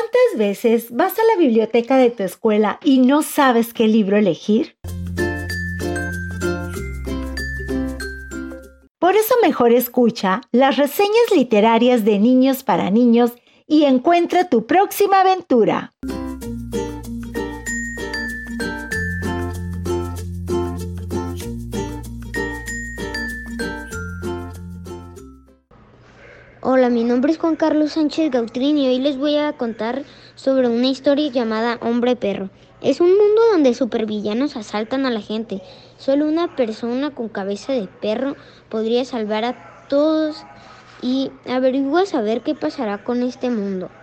¿Cuántas veces vas a la biblioteca de tu escuela y no sabes qué libro elegir? Por eso mejor escucha las reseñas literarias de Niños para Niños y encuentra tu próxima aventura. Hola, mi nombre es Juan Carlos Sánchez Gautrín y hoy les voy a contar sobre una historia llamada Hombre Perro. Es un mundo donde supervillanos asaltan a la gente. Solo una persona con cabeza de perro podría salvar a todos y averigua saber qué pasará con este mundo.